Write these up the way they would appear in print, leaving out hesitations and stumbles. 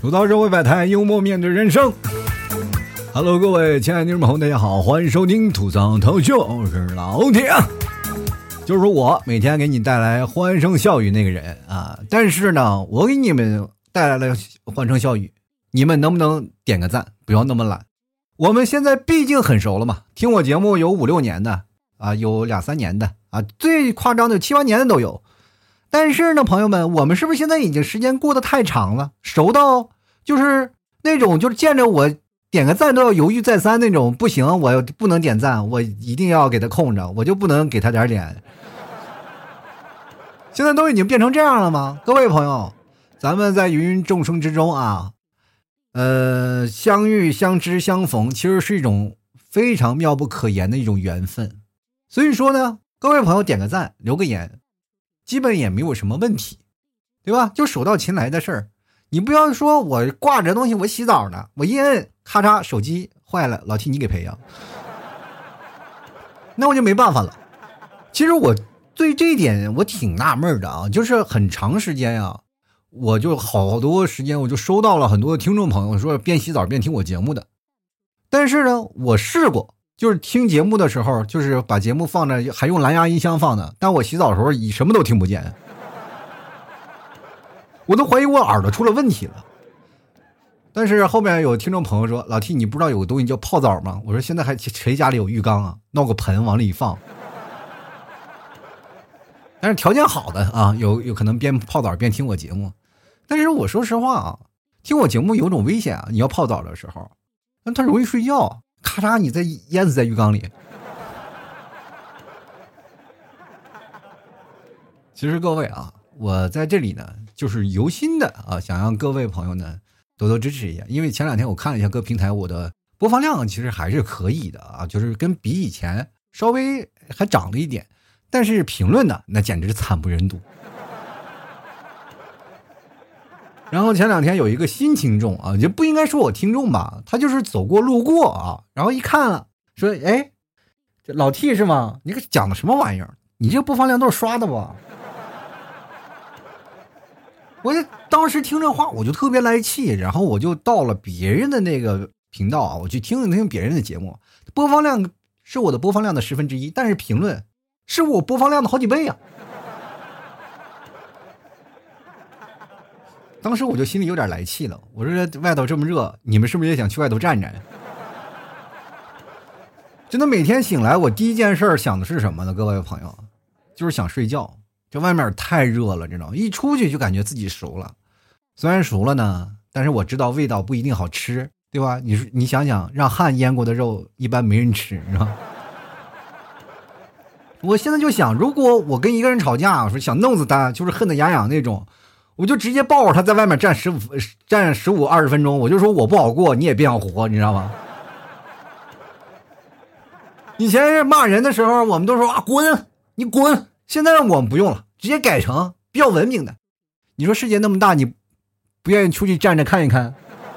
吐槽社会百态，幽默面对人生。Hello， 各位亲爱的听众朋友，大家好，欢迎收听吐槽头秀，我是老铁，就是我每天给你带来欢声笑语那个人啊。但是呢，我给你们带来了欢声笑语，你们能不能点个赞？不要那么懒。我们现在毕竟很熟了嘛，听我节目有5、6年的啊，有2、3年的啊，最夸张的7、8年的都有。但是呢，朋友们，我们是不是现在已经时间过得太长了，熟到就是那种就是见着我点个赞都要犹豫再三那种，不行，我不能点赞，我一定要给他空着，我就不能给他点脸。现在都已经变成这样了吗？各位朋友，咱们在芸芸众生之中啊，相遇相知相逢其实是一种非常妙不可言的一种缘分。所以说呢，各位朋友点个赞留个言基本也没有什么问题，对吧？就手到擒来的事儿。你不要说我挂着东西我洗澡呢，我一摁咔嚓手机坏了，老 T 你给赔啊，那我就没办法了。其实我对这一点我挺纳闷的啊，就是很长时间啊，我就好多时间我就收到了很多听众朋友说边洗澡边听我节目的，但是呢我试过，就是听节目的时候就是把节目放着还用蓝牙音箱放的，但我洗澡的时候什么都听不见，我都怀疑我耳朵出了问题了。但是后面有听众朋友说，老 T 你不知道有个东西叫泡澡吗？我说现在还谁家里有浴缸啊，闹个盆往里一放。但是条件好的啊，有可能边泡澡边听我节目。但是我说实话啊，听我节目有种危险啊，你要泡澡的时候那他容易睡觉，咔嚓你再淹死在浴缸里。其实各位啊，我在这里呢就是由心的啊，想让各位朋友呢多多支持一下。因为前2天我看了一下各平台，我的播放量其实还是可以的啊，就是跟比以前稍微还涨了一点，但是评论呢那简直是惨不忍睹。然后前2天有一个新听众啊，就不应该说我听众吧，他就是走过路过啊，然后一看了说，哎，这老 T 是吗？你这讲的什么玩意儿？你这个播放量都是刷的吧？我就当时听这话我就特别来气，然后我就到了别人的那个频道啊，我去听了听别人的节目，播放量是我的播放量的1/10，但是评论是我播放量的好几倍啊。当时我就心里有点来气了，我说外头这么热，你们是不是也想去外头站站？真的每天醒来我第一件事想的是什么呢？各位朋友，就是想睡觉。这外面太热了，知道吗？一出去就感觉自己熟了，虽然熟了呢，但是我知道味道不一定好吃，对吧？你想想，让汗腌过的肉一般没人吃，是吧？我现在就想，如果我跟一个人吵架，我说想弄死他，就是恨得牙痒那种，我就直接抱着他在外面站15、20分钟，我就说我不好过，你也别想活，你知道吗？以前骂人的时候，我们都说啊滚，你滚。现在我们不用了，直接改成比较文明的。你说世界那么大，你不愿意出去站着看一看？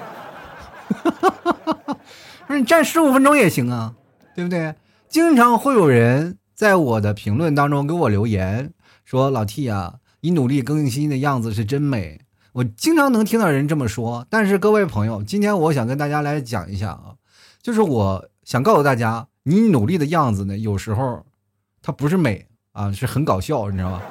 不是你站15分钟也行啊，对不对？经常会有人在我的评论当中给我留言说，老 T 啊，你努力更新的样子是真美。我经常能听到人这么说。但是各位朋友，今天我想跟大家来讲一下啊，就是我想告诉大家，你努力的样子呢，有时候它不是美啊，是很搞笑，你知道吗？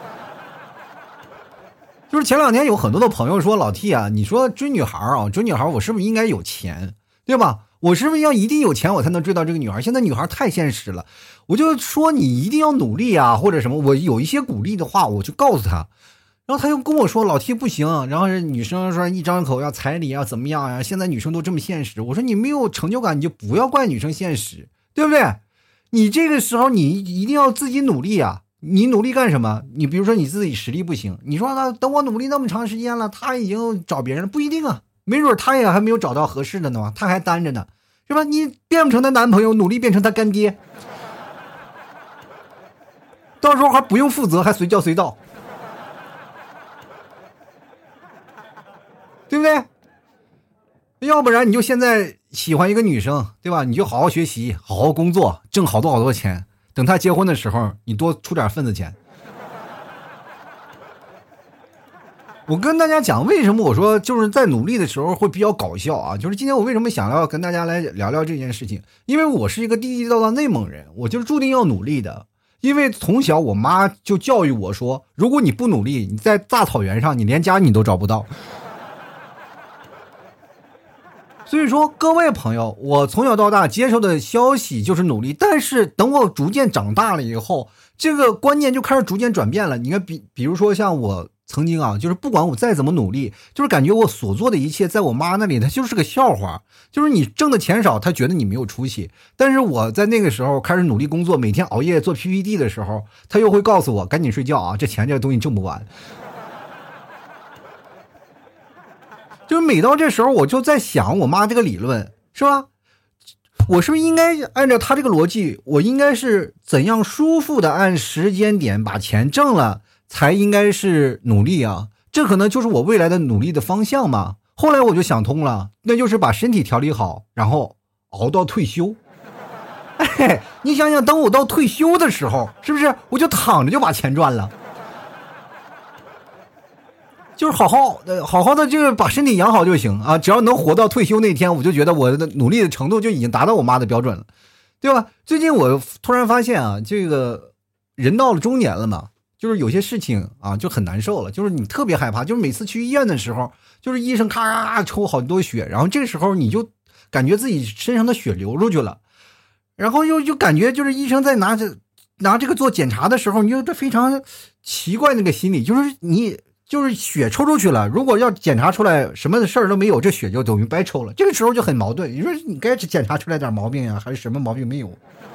就是前2天有很多的朋友说，老 T 啊，你说追女孩啊，追女孩我是不是应该有钱，对吧？我是不是要一定有钱我才能追到这个女孩？现在女孩太现实了，我就说你一定要努力啊，或者什么，我有一些鼓励的话我就告诉他，然后他又跟我说老 T 不行，然后是女生说一张口要彩礼啊怎么样啊，现在女生都这么现实，我说你没有成就感你就不要怪女生现实，对不对？你这个时候你一定要自己努力啊。你努力干什么？你比如说你自己实力不行，你说等我努力那么长时间了，他已经找别人了，不一定啊，没准他也还没有找到合适的呢，他还单着呢，是吧？你变不成他男朋友，努力变成他干爹，到时候还不用负责，还随叫随到，对不对？要不然你就现在喜欢一个女生，对吧？你就好好学习，好好工作，挣好多钱，等他结婚的时候你多出点份子钱。 我跟大家讲，为什么我说就是在努力的时候会比较搞笑啊？就是今天我为什么想要跟大家来聊聊这件事情？因为我是一个地地道道内蒙人，我就是注定要努力的。因为从小我妈就教育我说，如果你不努力，你在大草原上，你连家你都找不到。所以说，各位朋友，我从小到大接受的消息就是努力，但是等我逐渐长大了以后，这个观念就开始逐渐转变了。你看，比如说像我曾经啊，就是不管我再怎么努力，就是感觉我所做的一切，在我妈那里，她就是个笑话。就是你挣的钱少，她觉得你没有出息。但是我在那个时候开始努力工作，每天熬夜做 PPT 的时候，她又会告诉我赶紧睡觉啊，这钱这个东西挣不完。就是每到这时候，我就在想我妈这个理论，是吧？我是不是应该按照她这个逻辑，我应该是怎样舒服的按时间点把钱挣了，才应该是努力啊？这可能就是我未来的努力的方向嘛。后来我就想通了，那就是把身体调理好，然后熬到退休。哎，你想想，等我到退休的时候，是不是我就躺着就把钱赚了？就是好好的，就是把身体养好就行啊！只要能活到退休那天，我就觉得我的努力的程度就已经达到我妈的标准了，对吧？最近我突然发现啊，这个人到了中年了嘛，就是有些事情啊就很难受了，就是你特别害怕，就是每次去医院的时候，就是医生咔咔咔抽好多血，然后这时候你就感觉自己身上的血流出去了，然后就感觉就是医生在拿这个做检查的时候，你就非常奇怪那个心理，就是你。就是血抽出去了，如果要检查出来什么事儿都没有，这血就等于白抽了。这个时候就很矛盾，你说你该检查出来点毛病呀，还是什么毛病没有？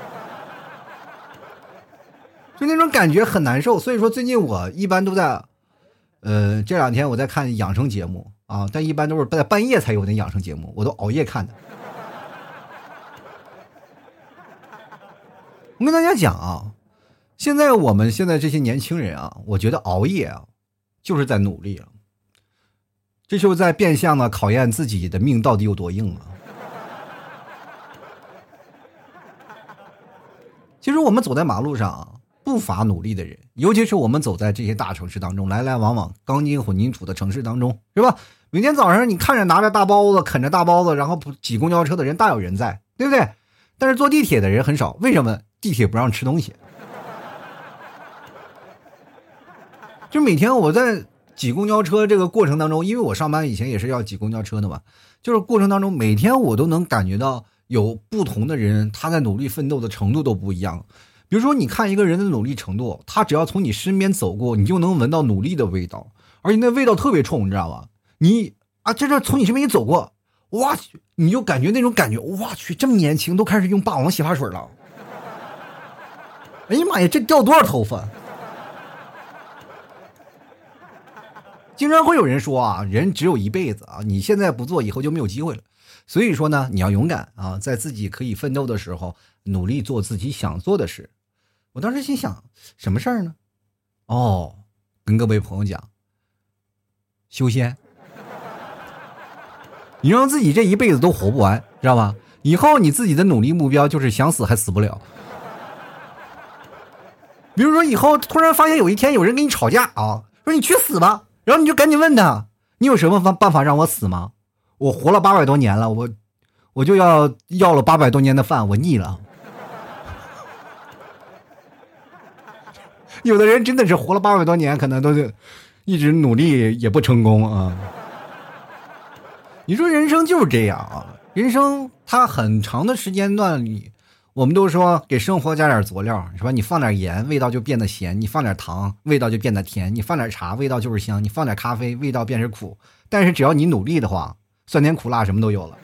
就那种感觉很难受。所以说最近我一般都在，这两天我在看养生节目啊，但一般都是在半夜才有的养生节目，我都熬夜看的。我跟大家讲啊，现在这些年轻人啊，我觉得熬夜啊。就是在努力了，这就是在变相的考验自己的命到底有多硬了。其实我们走在马路上啊，不乏努力的人，尤其是我们走在这些大城市当中，来来往往钢筋混凝土的城市当中，是吧？每天早上你看着拿着大包子啃着大包子，然后挤公交车的人大有人在，对不对？但是坐地铁的人很少，为什么？地铁不让吃东西。就每天我在挤公交车这个过程当中，因为我上班以前也是要挤公交车的嘛，就是过程当中每天我都能感觉到有不同的人，他在努力奋斗的程度都不一样。比如说你看一个人的努力程度，他只要从你身边走过，你就能闻到努力的味道，而且那味道特别冲，你知道吗？你啊，这从你身边一走过，哇，你就感觉那种感觉，哇去，这么年轻都开始用霸王洗发水了。哎呀妈呀，这掉多少头发？经常会有人说啊，人只有一辈子啊，你现在不做，以后就没有机会了。所以说呢，你要勇敢啊，在自己可以奋斗的时候，努力做自己想做的事。我当时心想，什么事儿呢？哦，跟各位朋友讲，修仙。你让自己这一辈子都活不完，知道吧？以后你自己的努力目标就是想死还死不了。比如说以后突然发现有一天有人跟你吵架啊，说你去死吧。然后你就赶紧问他，你有什么办法让我死吗？我活了800多年了，我就要了800多年的饭，我腻了。有的人真的是活了800多年，可能都是一直努力也不成功啊。你说人生就是这样啊，人生它很长的时间段里，我们都说给生活加点佐料，是吧？你放点盐，味道就变得咸；你放点糖，味道就变得甜；你放点茶，味道就是香；你放点咖啡，味道变成苦。但是只要你努力的话，酸甜苦辣什么都有了。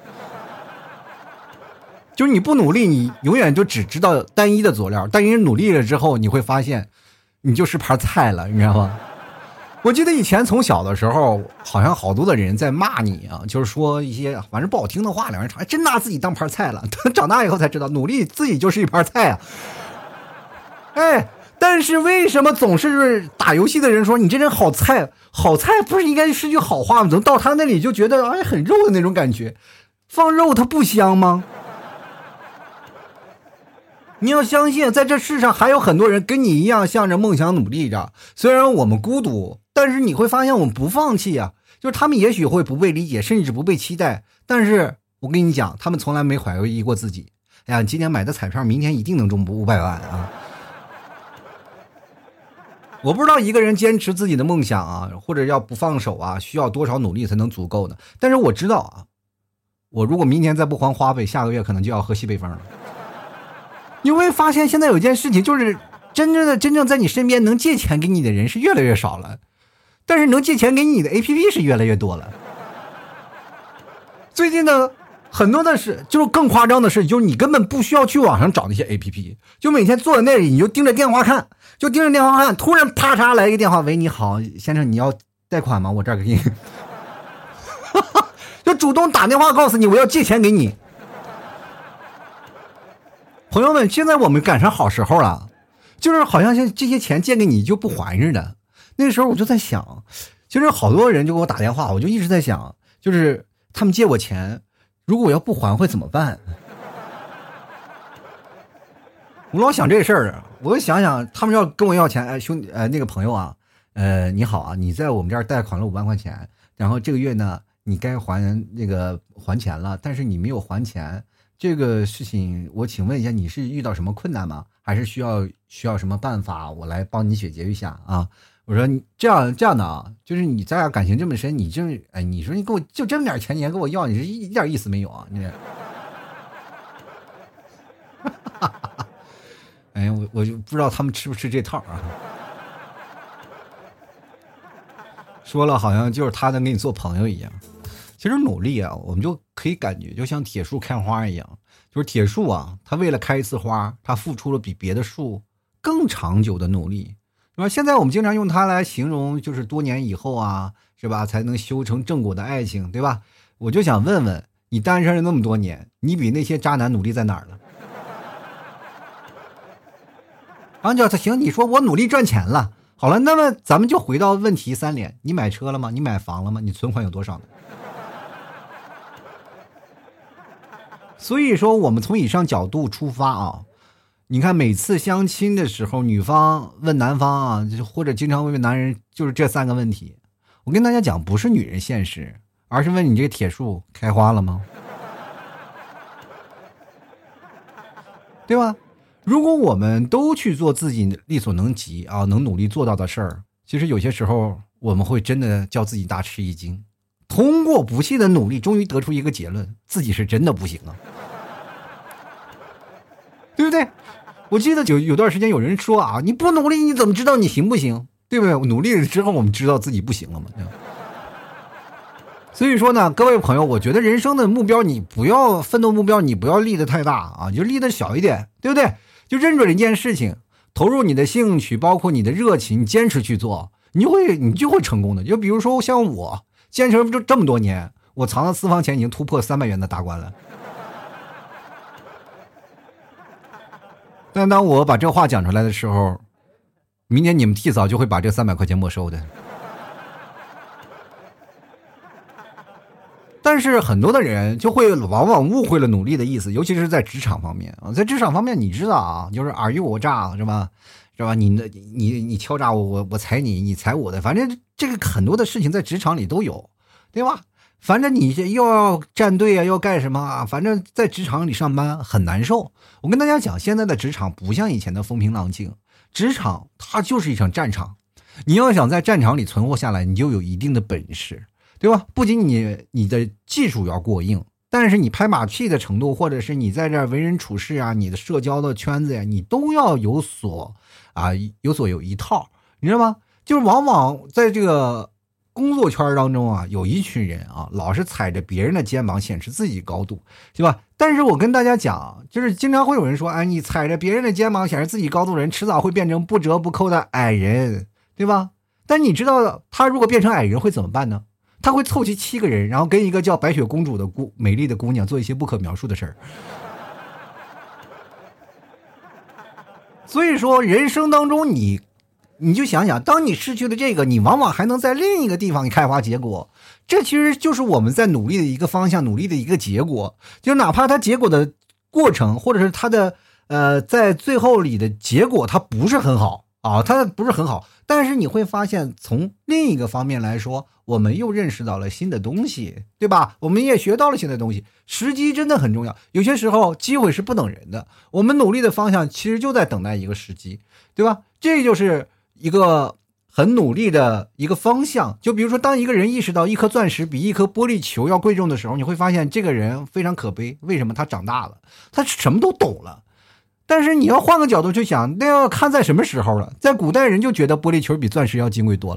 就是你不努力，你永远就只知道单一的佐料；但是你努力了之后，你会发现，你就是盘菜了，你知道吗？我记得以前从小的时候，好像好多的人在骂你啊，就是说一些反正不好听的话，两人吵，真拿自己当盘菜了。长大以后才知道，努力自己就是一盘菜啊。哎，但是为什么总是打游戏的人说你这人好菜？好菜不是应该是句好话吗？怎么到他那里就觉得哎很肉的那种感觉？放肉它不香吗？ 你要相信，在这世上还有很多人跟你一样向着梦想努力着。虽然我们孤独，但是你会发现我们不放弃啊。就是他们也许会不被理解，甚至不被期待，但是我跟你讲，他们从来没怀疑过自己。哎呀，今天买的彩票，明天一定能中500万啊！我不知道一个人坚持自己的梦想啊，或者要不放手啊，需要多少努力才能足够呢？但是我知道啊，我如果明天再不还花呗，下个月可能就要喝西北风了。你会发现现在有一件事情，就是真正在你身边能借钱给你的人是越来越少了，但是能借钱给你的 APP 是越来越多了。最近呢，很多的是，就是更夸张的是，就是你根本不需要去网上找那些 APP， 就每天坐在那里，你就盯着电话看，突然啪嚓来一个电话，喂，你好，先生，你要贷款吗？我这儿给你，就主动打电话告诉你我要借钱给你。朋友们，现在我们赶上好时候了，就是好像这些钱借给你就不还似的。那个时候我就在想，就是好多人就给我打电话，我就一直在想，就是他们借我钱，如果我要不还会怎么办？我老想这事儿啊，我就想想他们要跟我要钱，哎兄弟，那个朋友啊，你好啊，你在我们这儿贷款了5万块钱，然后这个月呢，你该还钱了，但是你没有还钱。这个事情我请问一下，你是遇到什么困难吗？还是需要什么办法我来帮你解决一下啊？我说你这样的啊，就是你咱俩感情这么深，你说你给我就这么点钱，你还给我要，你是一点意思没有啊？你哎，我就不知道他们吃不吃这套啊。说了好像就是他能给你做朋友一样。其实努力啊，我们就可以感觉就像铁树开花一样，就是铁树啊，它为了开一次花，它付出了比别的树更长久的努力，是吧？现在我们经常用它来形容，就是多年以后啊，是吧，才能修成正果的爱情，对吧？我就想问问你，单身了那么多年，你比那些渣男努力在哪儿了？然后就行，你说我努力赚钱了，好了，那么咱们就回到问题3连，你买车了吗？你买房了吗？你存款有多少呢？所以说我们从以上角度出发啊，你看每次相亲的时候，女方问男方啊，或者经常问男人，就是这3个问题。我跟大家讲，不是女人现实，而是问你这个铁树开花了吗？对吧？如果我们都去做自己力所能及啊，能努力做到的事儿，其实有些时候我们会真的叫自己大吃一惊。通过不懈的努力，终于得出一个结论，自己是真的不行啊，对不对？我记得有段时间有人说啊，你不努力你怎么知道你行不行？对不对？努力了之后我们知道自己不行了嘛。所以说呢，各位朋友，我觉得人生的目标，你不要奋斗目标，你不要立得太大啊，就立得小一点，对不对？就认准一件事情，投入你的兴趣，包括你的热情，坚持去做，你就会成功的。就比如说像我坚持这么多年，我藏的私房钱已经突破300元的大关了。但当我把这话讲出来的时候，明年你们提早就会把这300块钱没收的。但是很多的人就会往往误会了努力的意思，尤其是在职场方面啊，在职场方面你知道啊，就是尔虞我诈是吧？你敲诈我踩你，你踩我的，反正这个很多的事情在职场里都有，对吧？反正你这又要站队啊，要干什么啊？反正在职场里上班很难受。我跟大家讲，现在的职场不像以前的风平浪静，职场它就是一场战场。你要想在战场里存活下来，你就有一定的本事，对吧？不仅你的技术要过硬，但是你拍马屁的程度，或者是你在这为人处事啊，你的社交的圈子呀，你都要有一套，你知道吗？就是往往在这个工作圈当中啊，有一群人啊，老是踩着别人的肩膀显示自己高度，对吧？但是我跟大家讲，就是经常会有人说，哎，你踩着别人的肩膀显示自己高度的人，迟早会变成不折不扣的矮人，对吧？但你知道他如果变成矮人会怎么办呢？他会凑齐7个人，然后跟一个叫白雪公主的美丽的姑娘做一些不可描述的事儿。所以说人生当中你就想想，当你失去了这个，你往往还能在另一个地方开花结果，这其实就是我们在努力的一个方向，努力的一个结果。就哪怕它结果的过程，或者是它的在最后里的结果它不是很好啊，它不是很好。但是你会发现，从另一个方面来说，我们又认识到了新的东西，对吧？我们也学到了新的东西。时机真的很重要，有些时候机会是不等人的，我们努力的方向其实就在等待一个时机，对吧？这就是一个很努力的一个方向。就比如说，当一个人意识到一颗钻石比一颗玻璃球要贵重的时候，你会发现这个人非常可悲。为什么？他长大了，他什么都懂了。但是你要换个角度去想，那要看在什么时候了。在古代人就觉得玻璃球比钻石要金贵多了，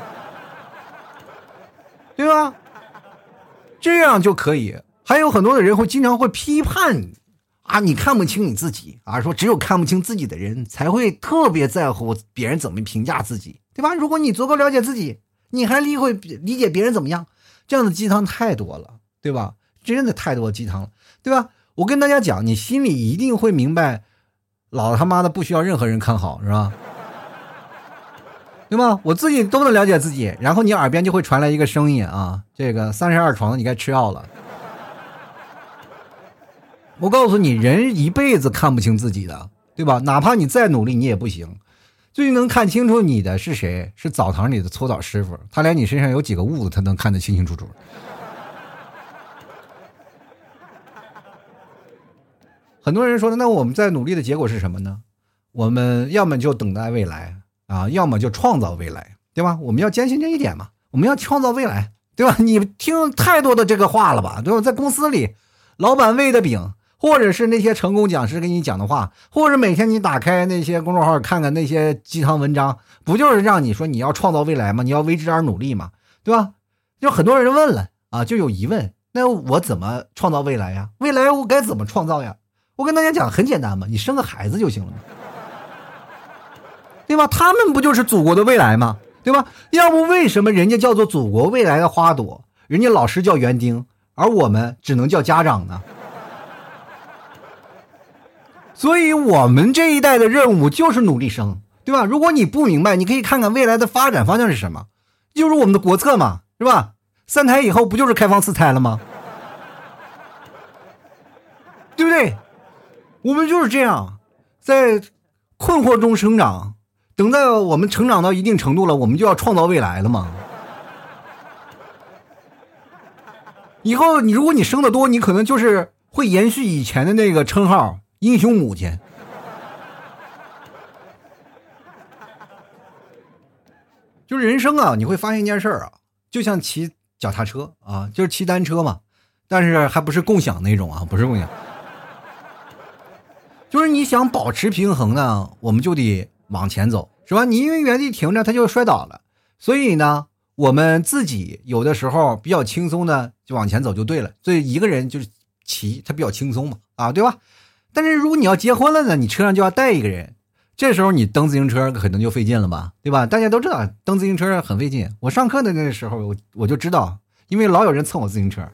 对吧？这样就可以。还有很多的人经常会批判你啊，你看不清你自己啊，说只有看不清自己的人才会特别在乎别人怎么评价自己，对吧？如果你足够了解自己，你还会理解别人怎么样？这样的鸡汤太多了，对吧？真的太多鸡汤了，对吧？我跟大家讲，你心里一定会明白，老他妈的不需要任何人看好，是吧？对吗？我自己都能了解自己，然后你耳边就会传来一个声音啊，这个32床你该吃药了。我告诉你，人一辈子看不清自己的，对吧？哪怕你再努力，你也不行。最能看清楚你的是谁？是澡堂里的搓澡师傅，他连你身上有几个痦子，他能看得清清楚楚。很多人说的，那我们在努力的结果是什么呢？我们要么就等待未来啊，要么就创造未来，对吧？我们要坚信这一点嘛，我们要创造未来，对吧？你听太多的这个话了吧，对吧？在公司里，老板喂的饼，或者是那些成功讲师给你讲的话，或者每天你打开那些公众号看看那些鸡汤文章，不就是让你说你要创造未来吗？你要为之而努力吗？对吧？就很多人问了啊，就有疑问，那我怎么创造未来呀？未来我该怎么创造呀？我跟大家讲，很简单嘛，你生个孩子就行了嘛，对吧？他们不就是祖国的未来吗？对吧？要不为什么人家叫做祖国未来的花朵，人家老师叫园丁，而我们只能叫家长呢？所以我们这一代的任务就是努力生，对吧？如果你不明白，你可以看看未来的发展方向是什么，就是我们的国策嘛，是吧？3胎以后不就是开放4胎了吗？对不对？我们就是这样，在困惑中生长，等待我们成长到一定程度了，我们就要创造未来了嘛。以后如果你生得多，你可能就是会延续以前的那个称号，英雄母亲。就是人生啊，你会发现一件事儿啊，就像骑脚踏车啊，就是骑单车嘛，但是还不是共享那种啊，不是共享。就是你想保持平衡呢，我们就得往前走，是吧？你因为原地停着，它就摔倒了。所以呢，我们自己有的时候比较轻松的就往前走就对了。所以一个人就是骑，他比较轻松嘛，啊，对吧？但是如果你要结婚了呢，你车上就要带一个人，这时候你蹬自行车可能就费劲了吧，对吧？大家都知道蹬自行车很费劲。我上课的那个时候，我就知道，因为老有人蹭我自行车。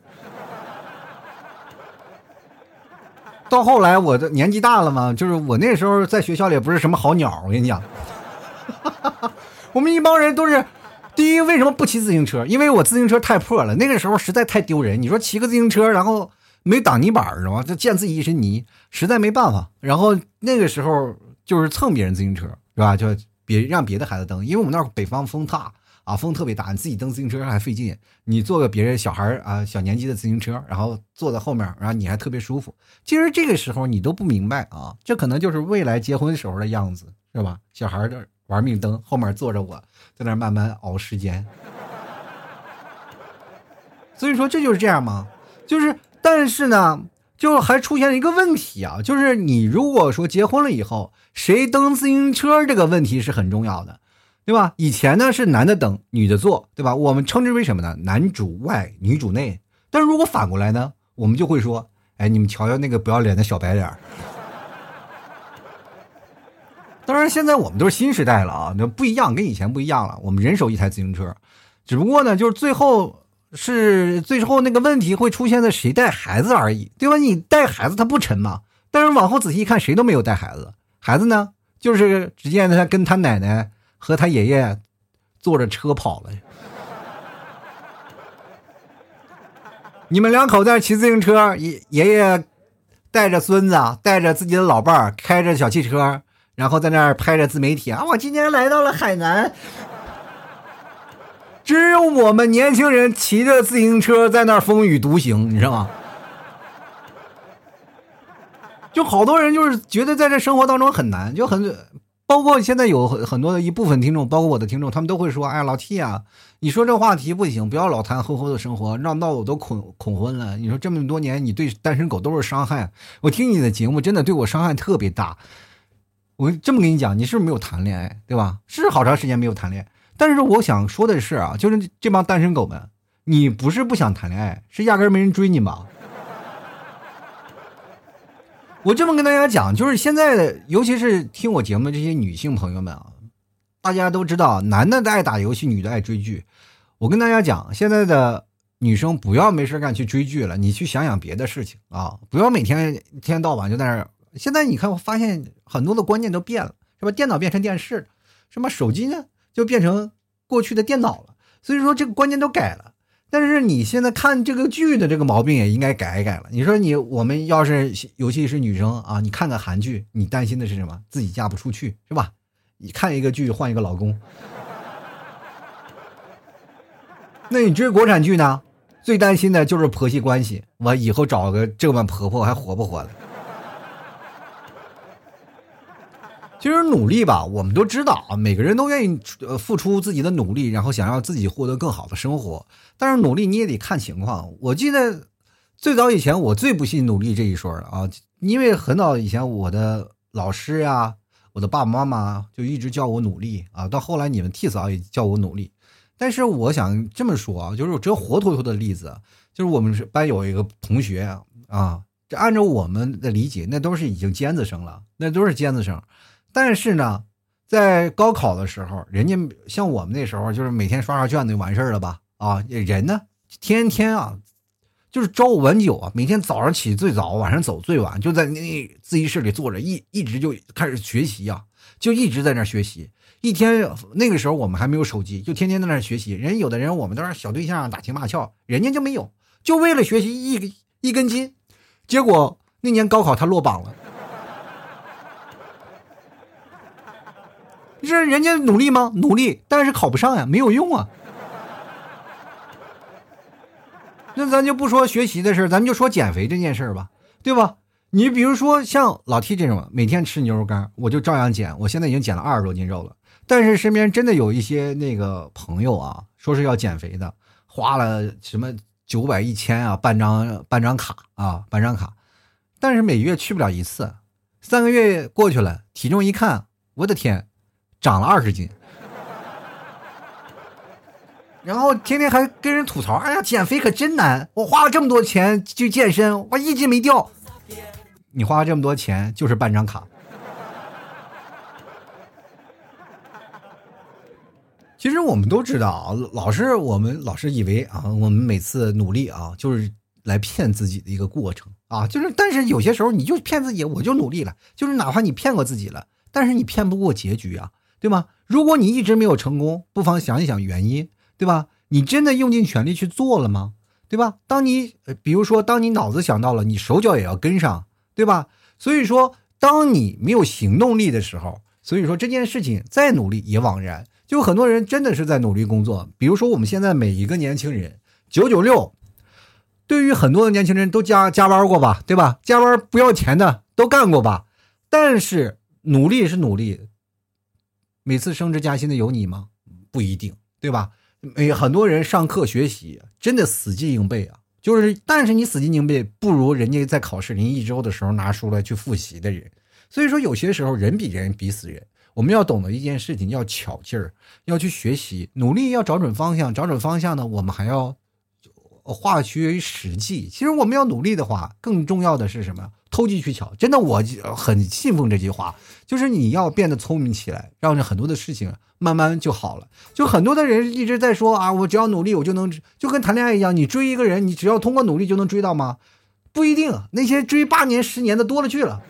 到后来我的年纪大了嘛，就是我那时候在学校里也不是什么好鸟，我跟你讲。我们一帮人都是，第一为什么不骑自行车？因为我自行车太破了，那个时候实在太丢人。你说骑个自行车，然后没挡泥板是吧？就溅自己一身泥，实在没办法。然后那个时候就是蹭别人自行车，是吧？就让别的孩子蹬，因为我们那儿北方风大啊，风特别大，你自己蹬自行车还费劲。你坐个别人小孩啊小年纪的自行车，然后坐在后面，然后你还特别舒服。其实这个时候你都不明白啊，这可能就是未来结婚时候的样子，是吧？小孩的玩命蹬，后面坐着我在那慢慢熬时间。所以说这就是这样吗？就是但是呢，就还出现了一个问题啊，就是你如果说结婚了以后，谁蹬自行车这个问题是很重要的，对吧？以前呢是男的蹬，女的坐，对吧？我们称之为什么呢？男主外，女主内。但是如果反过来呢，我们就会说，哎，你们瞧瞧那个不要脸的小白脸。当然现在我们都是新时代了啊，那不一样，跟以前不一样了。我们人手一台自行车，只不过呢，就是最后那个问题会出现在谁带孩子而已，对吧？你带孩子他不沉嘛，但是往后仔细一看，谁都没有带孩子，孩子呢就是只见他跟他奶奶和他爷爷坐着车跑了。你们两口在骑自行车，爷爷带着孙子，带着自己的老伴儿，开着小汽车，然后在那儿拍着自媒体啊，我今天来到了海南。只有我们年轻人骑着自行车在那儿风雨独行，你知道吗？就好多人就是觉得在这生活当中很难，就很包括现在有很多的一部分听众，包括我的听众，他们都会说：“哎呀，老 T 啊，你说这话题不行，不要老谈婚后的生活，闹我都恐婚了。你说这么多年，你对单身狗都是伤害。我听你的节目，真的对我伤害特别大。我这么跟你讲，你是不是没有谈恋爱，对吧？是好长时间没有谈恋爱。但是我想说的是啊，就是这帮单身狗们，你不是不想谈恋爱，是压根没人追你吧？”我这么跟大家讲，就是现在的，尤其是听我节目的这些女性朋友们啊，大家都知道，男的爱打游戏，女的爱追剧。我跟大家讲，现在的女生不要没事干去追剧了，你去想想别的事情啊，不要每天一天到晚就在那儿。现在你看，我发现很多的观念都变了，是吧？电脑变成电视了，什么手机呢就变成过去的电脑了，所以说这个观念都改了。但是你现在看这个剧的这个毛病也应该改一改了。你说我们要是尤其是女生啊，你看个韩剧，你担心的是什么？自己嫁不出去，是吧？你看一个剧换一个老公。那你追国产剧呢？最担心的就是婆媳关系，我以后找个这么婆婆还活不活了？其实努力吧，我们都知道啊，每个人都愿意付出自己的努力，然后想要自己获得更好的生活。但是努力你也得看情况。我记得最早以前我最不信努力这一说了啊，因为很早以前我的老师呀，我的爸爸妈妈就一直叫我努力啊，到后来你们替嫂也叫我努力。但是我想这么说啊，就是这活脱脱的例子，就是我们班有一个同学啊，这按照我们的理解，那都是已经尖子生了，那都是尖子生。但是呢，在高考的时候，人家像我们那时候，就是每天刷卷子就完事儿了吧？啊，人呢，天天啊，就是朝五晚九啊，每天早上起最早，晚上走最晚，就在那自习室里坐着，一直就开始学习啊，就一直在那学习。一天那个时候我们还没有手机，就天天在那学习。有的人我们都是小对象打情骂俏，人家就没有，就为了学习一根筋。结果那年高考他落榜了。这人家努力吗？努力，但是考不上呀，没有用啊。那咱就不说学习的事，咱们就说减肥这件事吧，对吧？你比如说像老 T 这种每天吃牛肉干，我就照样减，我现在已经减了20多斤肉了。但是身边真的有一些那个朋友啊，说是要减肥的，花了什么900、1000啊，办张卡啊，办张卡，但是每月去不了一次，3个月过去了，体重一看，我的天！长了20斤，然后天天还跟人吐槽，哎呀，减肥可真难，我花了这么多钱去健身，我1斤没掉。你花了这么多钱就是办张卡。其实我们都知道啊，我们老是以为啊，我们每次努力啊，就是来骗自己的一个过程啊，但是有些时候你就骗自己，我就努力了，就是哪怕你骗过自己了，但是你骗不过结局啊。对吧？如果你一直没有成功，不妨想一想原因，对吧？你真的用尽全力去做了吗？对吧？比如说，当你脑子想到了，你手脚也要跟上，对吧？所以说，当你没有行动力的时候，所以说这件事情再努力也枉然。就很多人真的是在努力工作，比如说我们现在每一个年轻人996，对于很多的年轻人都加班过吧，对吧？加班不要钱的都干过吧，但是努力是努力。每次升职加薪的有你吗？不一定，对吧？很多人上课学习真的死记硬背啊，但是你死记硬背不如人家在考试临1周的时候拿书来去复习的人。所以说有些时候人比人比死人，我们要懂得一件事情，要巧劲儿，要去学习，努力要找准方向，找准方向呢，我们还要化学实际。其实我们要努力的话，更重要的是什么？投机取巧。真的，我很信奉这句话，就是你要变得聪明起来，让很多的事情慢慢就好了。就很多的人一直在说啊，我只要努力我就能，就跟谈恋爱一样，你追一个人，你只要通过努力就能追到吗？不一定，那些追8年10年的多了去了。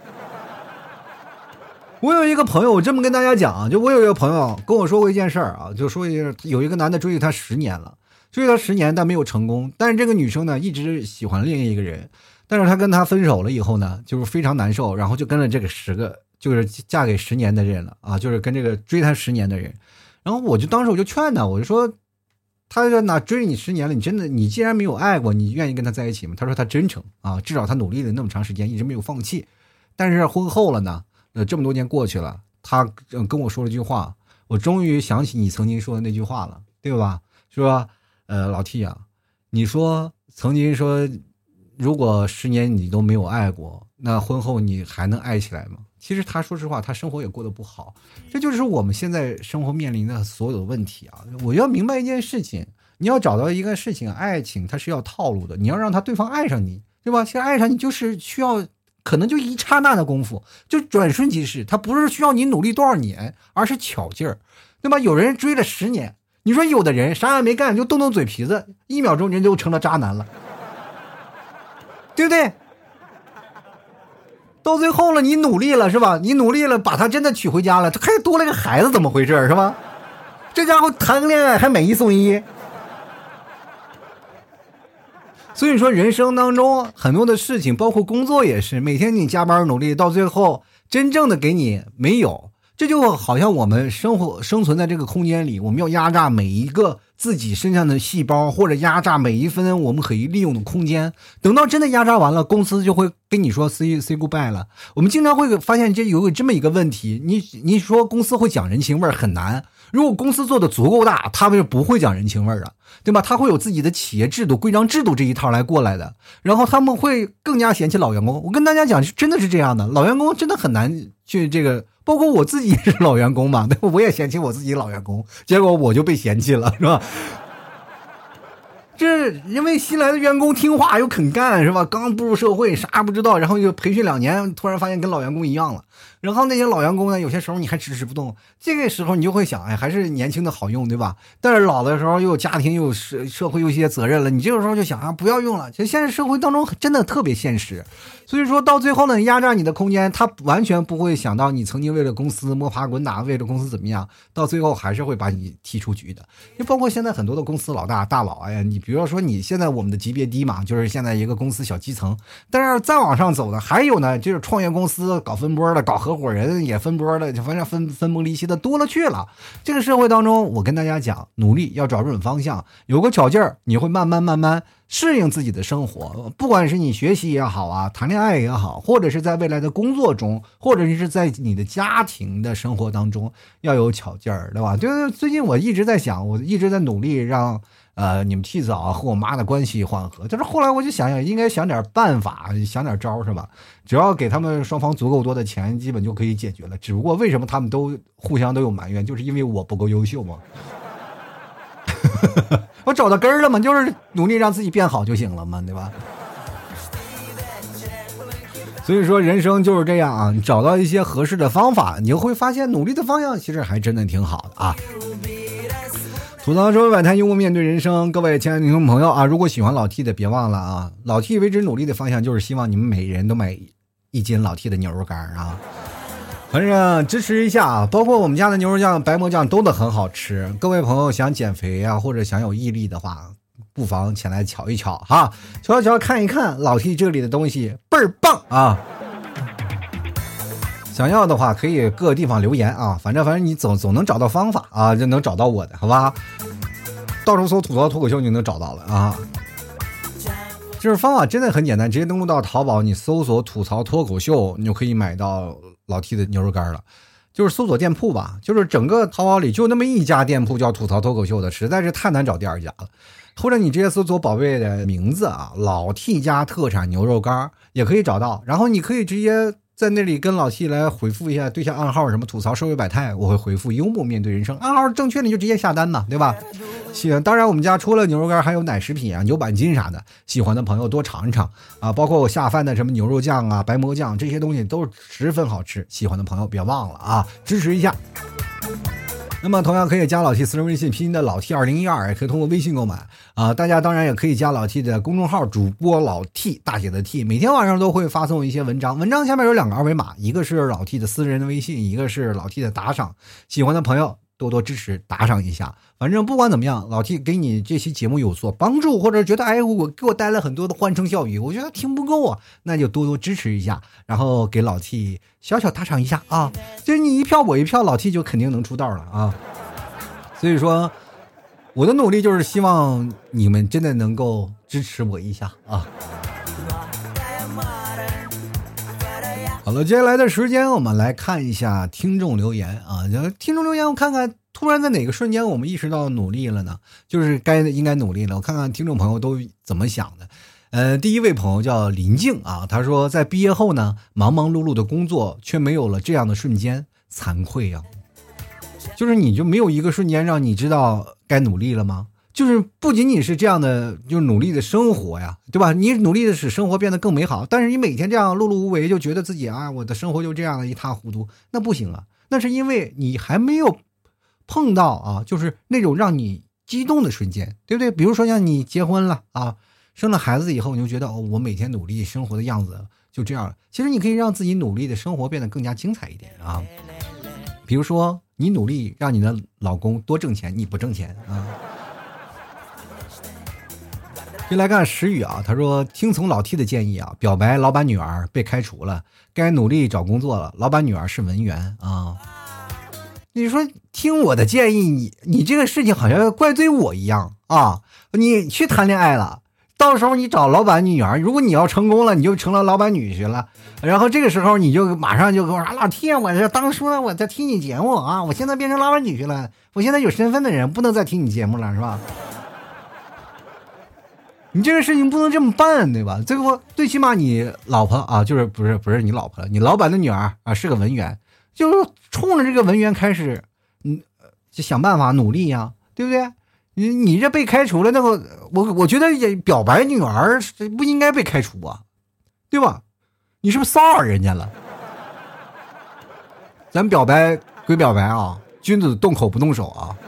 我有一个朋友，我这么跟大家讲，就我有一个朋友跟我说过一件事儿啊，就说有一个男的追他10年了，追他10年但没有成功，但是这个女生呢一直喜欢另一个人。 但是他跟他分手了以后呢，就是非常难受，然后就跟了这个就是嫁给10年的人了啊，就是跟这个追他10年的人。然后当时我就劝他，我就说，他说那追你10年了，你既然没有爱过，你愿意跟他在一起吗？他说他真诚啊，至少他努力了那么长时间，一直没有放弃。但是婚后了呢，这么多年过去了，他跟我说了句话，我终于想起你曾经说的那句话了，对吧？说老 T 啊，你说曾经说，如果10年你都没有爱过，那婚后你还能爱起来吗？其实他说实话，他生活也过得不好，这就是我们现在生活面临的所有的问题啊！我要明白一件事情，你要找到一个事情，爱情它是要套路的，你要让他对方爱上你，对吧？其实爱上你就是需要，可能就一刹那的功夫，就转瞬即逝，它不是需要你努力多少年，而是巧劲儿，对吧？有人追了10年，你说有的人啥也没干就动动嘴皮子，1秒钟人就成了渣男了，对不对？到最后了，你努力了是吧？你努力了，把他真的娶回家了，他还多了个孩子，怎么回事是吧？这家伙谈个恋爱还买1送1。所以说人生当中很多的事情，包括工作也是，每天你加班努力，到最后真正的给你没有。这就好像我们生存在这个空间里，我们要压榨每一个自己身上的细胞，或者压榨每一分我们可以利用的空间。等到真的压榨完了，公司就会跟你说 say goodbye 了。我们经常会发现有这么一个问题，你说公司会讲人情味很难。如果公司做的足够大，他们是不会讲人情味的，对吧？他会有自己的企业制度、规章制度这一套来过来的，然后他们会更加嫌弃老员工。我跟大家讲，真的是这样的，老员工真的很难去这个。包括我自己也是老员工嘛，对吧？我也嫌弃我自己老员工，结果我就被嫌弃了，是吧？这因为新来的员工听话又肯干，是吧？刚步入社会，啥也不知道，然后就培训2年，突然发现跟老员工一样了。然后那些老员工呢，有些时候你还支持不动，这个时候你就会想，哎，还是年轻的好用，对吧？但是老的时候又有家庭，又有社会，有一些责任了，你这个时候就想啊，不要用了。其实现在社会当中真的特别现实，所以说到最后呢，压榨你的空间，他完全不会想到你曾经为了公司摸爬滚打，为了公司怎么样，到最后还是会把你踢出局的。就包括现在很多的公司老大佬，哎呀，你比如说你现在我们的级别低嘛，就是现在一个公司小基层，但是再往上走的还有呢，就是创业公司搞分波的，搞合伙人也分波的，反正分崩离析的多了去了。这个社会当中，我跟大家讲，努力要找准方向，有个巧劲儿，你会慢慢适应自己的生活。不管是你学习也好啊，谈恋爱也好，或者是在未来的工作中，或者是在你的家庭的生活当中，要有巧劲儿，对吧？就是最近我一直在想，我一直在努力让你们替嫂和我妈的关系缓和，但是后来我就想想，应该想点办法，想点招，是吧？只要给他们双方足够多的钱，基本就可以解决了。只不过为什么他们都互相都有埋怨，就是因为我不够优秀嘛。我找到根儿了嘛，就是努力让自己变好就行了嘛，对吧？所以说人生就是这样啊，你找到一些合适的方法，你就会发现努力的方向其实还真的挺好的啊。吐槽社会百态，幽默面对人生。各位亲爱的听众朋友啊，如果喜欢老 T 的，别忘了啊，老 T 为之努力的方向就是希望你们每人都买1斤老 T 的牛肉干啊。反正支持一下啊，包括我们家的牛肉酱、白馍酱都很好吃。各位朋友想减肥啊，或者想有毅力的话，不妨前来瞧一瞧哈，瞧一瞧看一看老 T 这里的东西倍儿棒啊！想要的话可以各个地方留言啊，反正你总能找到方法啊，就能找到我的，好吧？到处搜吐槽脱口秀你就能找到了啊。就是方法真的很简单，直接登录到淘宝，你搜索吐槽脱口秀，你就可以买到老 T 的牛肉干了。就是搜索店铺吧，就是整个淘宝里就那么一家店铺叫吐槽脱口秀的，实在是太难找第二家了。或者你直接搜索宝贝的名字啊，老 T 家特产牛肉干也可以找到。然后你可以直接在那里跟老 T 来回复一下对象暗号，什么吐槽社会百态，我会回复幽默面对人生，暗号正确你就直接下单嘛，对吧？当然我们家除了牛肉干还有奶食品啊，牛板筋啥的，喜欢的朋友多尝一尝啊，包括我下饭的什么牛肉酱啊、白馍酱，这些东西都十分好吃，喜欢的朋友别忘了啊，支持一下。那么同样可以加老 T 私人微信，拼音的老 T 2012，也可以通过微信购买啊。大家当然也可以加老 T 的公众号主播老 T 大写的 T， 每天晚上都会发送一些文章，文章下面有2个二维码，一个是老 T 的私人的微信，一个是老 T 的打赏。喜欢的朋友多多支持打赏一下。反正不管怎么样，老 T 给你这期节目有所帮助，或者觉得给我带来很多的欢声笑语，我觉得听不够啊，那就多多支持一下，然后给老 T 小小打赏一下啊，就是你一票我一票，老 T 就肯定能出道了啊。所以说我的努力就是希望你们真的能够支持我一下啊。好了，接下来的时间我们来看一下听众留言啊。听众留言我看看突然在哪个瞬间我们意识到努力了呢？就是应该努力了。我看看听众朋友都怎么想的。第一位朋友叫林静啊，他说在毕业后呢，忙忙碌碌的工作却没有了这样的瞬间，惭愧啊。就是你就没有一个瞬间让你知道该努力了吗？就是不仅仅是这样的，就是努力的生活呀，对吧？你努力的使生活变得更美好，但是你每天这样碌碌无为，就觉得自己啊，我的生活就这样的一塌糊涂，那不行啊。那是因为你还没有碰到啊，就是那种让你激动的瞬间，对不对？比如说像你结婚了啊，生了孩子以后，你就觉得哦，我每天努力生活的样子就这样。其实你可以让自己努力的生活变得更加精彩一点啊。比如说你努力让你的老公多挣钱，你不挣钱啊。就来看石宇啊，他说听从老 T 的建议啊，表白老板女儿被开除了，该努力找工作了。老板女儿是文员啊。你说听我的建议，你这个事情好像要怪罪我一样啊！你去谈恋爱了，到时候你找老板女儿，如果你要成功了，你就成了老板女婿了。然后这个时候你就马上就跟我说老 T，我这当初我在听你节目啊，我现在变成老板女婿了，我现在有身份的人不能再听你节目了，是吧？你这个事情不能这么办，对吧？最起码你老婆啊，就是不是你老婆了，你老板的女儿啊是个文员，就是冲着这个文员开始，就想办法努力呀，对不对？你这被开除了，那个我觉得也表白女儿不应该被开除啊，对吧？你是不是骚扰人家了？咱表白归表白啊，君子动口不动手啊。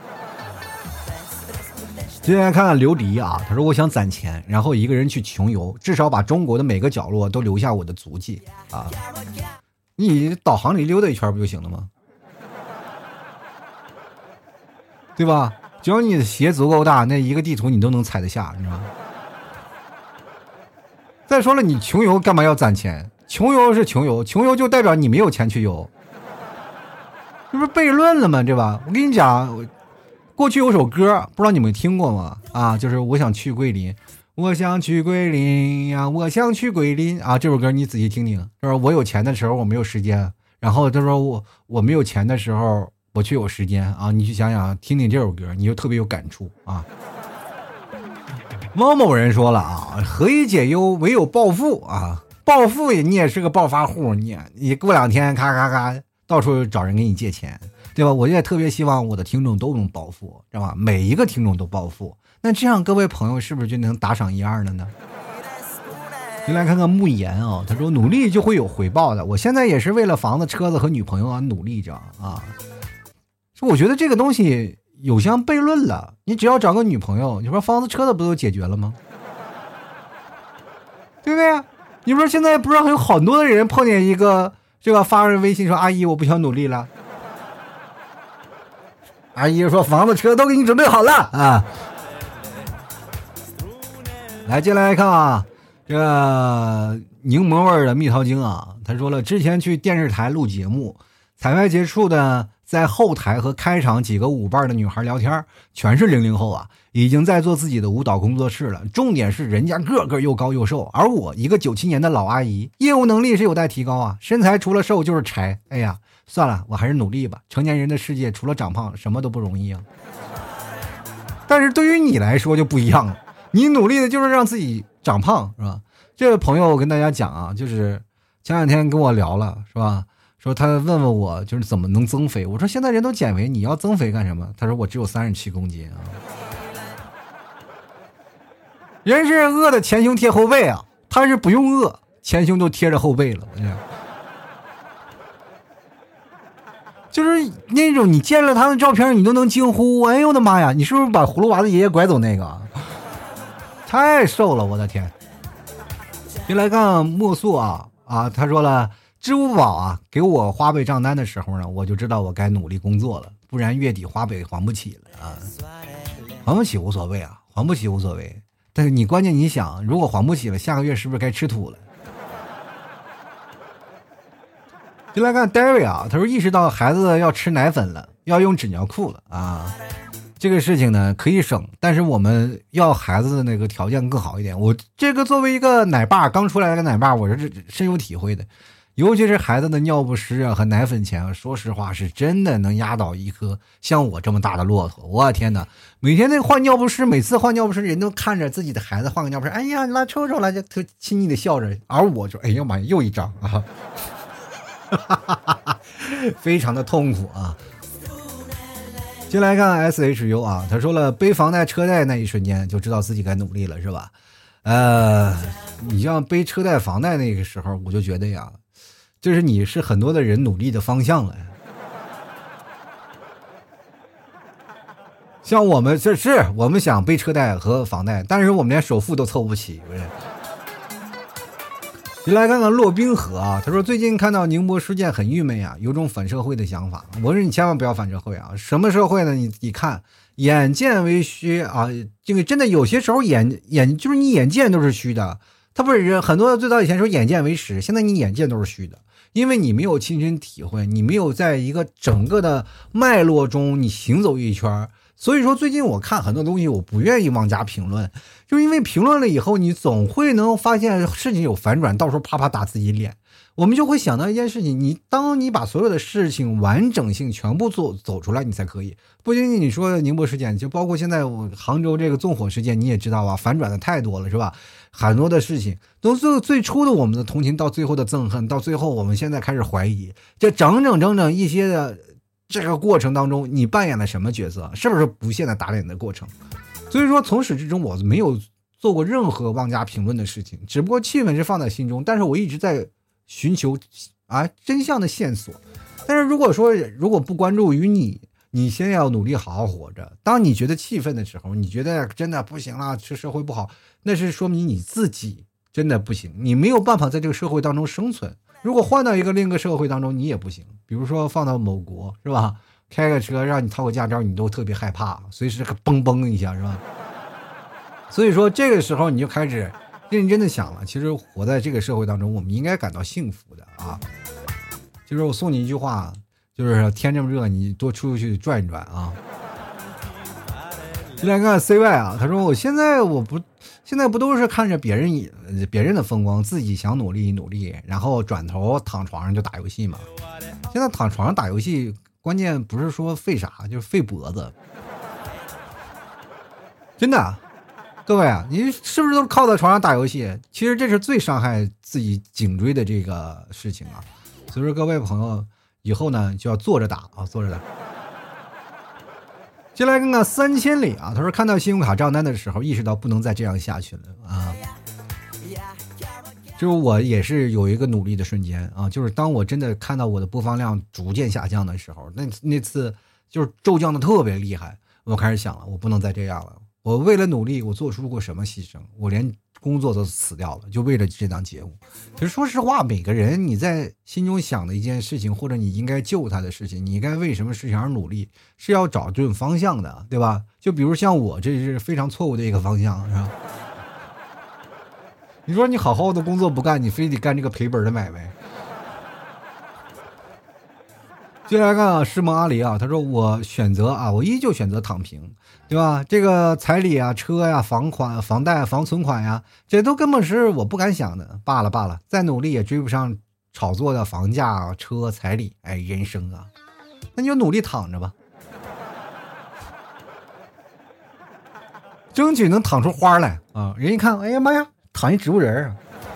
接下来看看刘迪啊，他说我想攒钱，然后一个人去穷游，至少把中国的每个角落都留下我的足迹啊。你导航里溜达一圈不就行了吗？对吧？只要你的鞋足够大，那一个地图你都能踩得下，你知道吗？再说了，你穷游干嘛要攒钱？穷游是穷游，穷游就代表你没有钱去游，这不是悖论了吗？对吧？我跟你讲。过去有首歌不知道你们听过吗？啊，就是我想去桂林，我想去桂林呀，我想去桂林啊。这首歌你仔细听听，就是我有钱的时候我没有时间，然后他说我没有钱的时候我却有时间啊。你去想想，听听这首歌，你就特别有感触啊。某人说了啊，何以解忧，唯有暴富啊！暴富你也是个暴发户，你过两天咔咔咔到处找人给你借钱。对吧？我也特别希望我的听众都能暴富，知道吧？每一个听众都暴富，那这样各位朋友是不是就能打赏一二了呢？先来看看慕言啊，他说努力就会有回报的。我现在也是为了房子、车子和女朋友啊努力着啊。我觉得这个东西有相悖论了。你只要找个女朋友，你说房子、车子不都解决了吗？对不对？你说现在不是还有好多的人碰见一个这个发微信说阿姨我不想努力了。阿姨说房子车都给你准备好了啊！来，接下来看啊，这个柠檬味的蜜桃精啊，他说了，之前去电视台录节目，彩排结束的，在后台和开场几个舞伴的女孩聊天，全是00后啊，已经在做自己的舞蹈工作室了。重点是人家个个又高又瘦，而我一个97年的老阿姨，业务能力是有待提高啊，身材除了瘦就是柴。哎呀，算了，我还是努力吧。成年人的世界除了长胖什么都不容易啊。但是对于你来说就不一样了，你努力的就是让自己长胖，是吧？这位朋友我跟大家讲啊，就是前两天跟我聊了，是吧？说他问问我就是怎么能增肥，我说现在人都减肥，你要增肥干什么？他说我只有37公斤啊。人是饿的前胸贴后背啊，他是不用饿，前胸都贴着后背了。我讲就是那种你见了他的照片你都能惊呼，哎呦我的妈呀，你是不是把葫芦娃子爷爷拐走那个？太瘦了，我的天。别来看莫素啊，他说了，支付宝啊给我花呗账单的时候呢，我就知道我该努力工作了。 不然月底花呗还不起了啊。还不起无所谓啊，还不起无所谓，但是你关键你想，如果还不起了，下个月是不是该吃土了？就来看 David 啊，他说意识到孩子要吃奶粉了，要用纸尿裤了啊。这个事情呢可以省，但是我们要孩子的那个条件更好一点。我这个作为一个奶爸，刚出来的奶爸，我是深有体会的。尤其是孩子的尿不湿啊和奶粉钱啊，说实话是真的能压倒一颗像我这么大的骆驼。我天哪，每天那个换尿不湿，每次换尿不湿，人都看着自己的孩子换个尿不湿，哎呀，来抽抽来，就特亲昵的笑着，而我就哎呀妈呀，又一张啊，非常的痛苦啊。进来看 SHU 啊，他说了背房贷车贷那一瞬间就知道自己该努力了，是吧？你像背车贷房贷那个时候，我就觉得呀，就是你是很多的人努力的方向了。像我们我们想背车贷和房贷，但是我们连首付都凑不起，不是？就来看看骆冰河啊，他说最近看到宁波事件很郁闷啊，有种反社会的想法。我说你千万不要反社会啊！什么社会呢？你看，眼见为虚啊，这个真的有些时候就是你眼见都是虚的。他不是很多最早以前说眼见为实，现在你眼见都是虚的，因为你没有亲身体会，你没有在一个整个的脉络中你行走一圈。所以说最近我看很多东西我不愿意妄加评论，就是因为评论了以后你总会能发现事情有反转，到时候啪啪打自己脸。我们就会想到一件事情，当你把所有的事情完整性全部走出来，你才可以。不仅仅你说宁波事件，就包括现在杭州这个纵火事件，你也知道吧，反转的太多了，是吧？很多的事情都最初的我们的同情，到最后的憎恨，到最后我们现在开始怀疑，这整整一些的这个过程当中，你扮演了什么角色？是不是不懈的打脸的过程？所以说从始至终我没有做过任何妄加评论的事情，只不过气氛是放在心中，但是我一直在寻求真相的线索。但是如果不关注于你先要努力好好活着。当你觉得气愤的时候，你觉得真的不行了，这社会不好，那是说明你自己真的不行，你没有办法在这个社会当中生存。如果换到另一个社会当中，你也不行。比如说放到某国，是吧？开个车让你掏个驾照，你都特别害怕，随时嘣嘣一下，是吧？所以说这个时候你就开始认真的想了，其实活在这个社会当中，我们应该感到幸福的啊。就是我送你一句话，就是天这么热，你多出去转一转啊。就来看 CY 啊，他说现在不都是看着别人的风光，自己想努力，然后转头躺床上就打游戏嘛。现在躺床上打游戏，关键不是说费啥，就是费脖子。真的，各位啊，你是不是都靠在床上打游戏？其实这是最伤害自己颈椎的这个事情啊。所以说各位朋友，以后呢就要坐着打啊，坐着打。接下来看看3000里啊，他说看到信用卡账单的时候，意识到不能再这样下去了啊。就是我也是有一个努力的瞬间啊，就是当我真的看到我的播放量逐渐下降的时候，那次就是骤降的特别厉害，我开始想了，我不能再这样了。我为了努力，我做出过什么牺牲？我连工作都辞掉了，就为了这档节目。其实说实话，每个人你在心中想的一件事情，或者你应该救他的事情，你应该为什么事情而努力，是要找这种方向的，对吧？就比如像我，这是非常错误的一个方向，是吧？你说你好好的工作不干，你非得干这个赔本的买卖。接下来看啊，诗萌阿里啊，他说我依旧选择躺平，对吧？这个彩礼啊、车呀、房款、房贷、房存款呀，这都根本是我不敢想的。罢了，再努力也追不上炒作的房价、车、彩礼。哎，人生啊，那你就努力躺着吧，争取能躺出花来啊！人一看，哎呀妈呀，躺一植物人啊！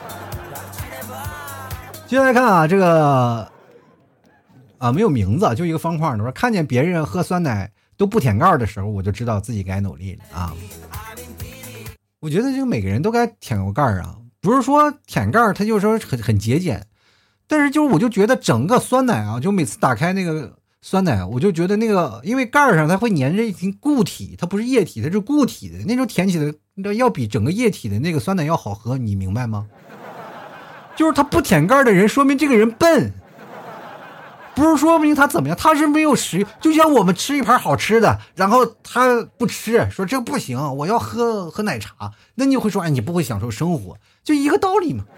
接下来看啊，这个。没有名字，就一个方块。说看见别人喝酸奶都不舔盖的时候，我就知道自己该努力了啊！我觉得这个每个人都该舔个盖啊，不是说舔盖他就说很节俭，但是我就觉得整个酸奶啊，就每次打开那个酸奶，我就觉得那个因为盖上它会粘着一瓶固体，它不是液体，它是固体的，那种舔起来要比整个液体的那个酸奶要好喝，你明白吗？就是他不舔盖的人，说明这个人笨。 不是说明他怎么样，他是没有食欲。就像我们吃一盘好吃的，然后他不吃，说这不行，我要喝奶茶，那你会说，哎，你不会享受生活，就一个道理嘛。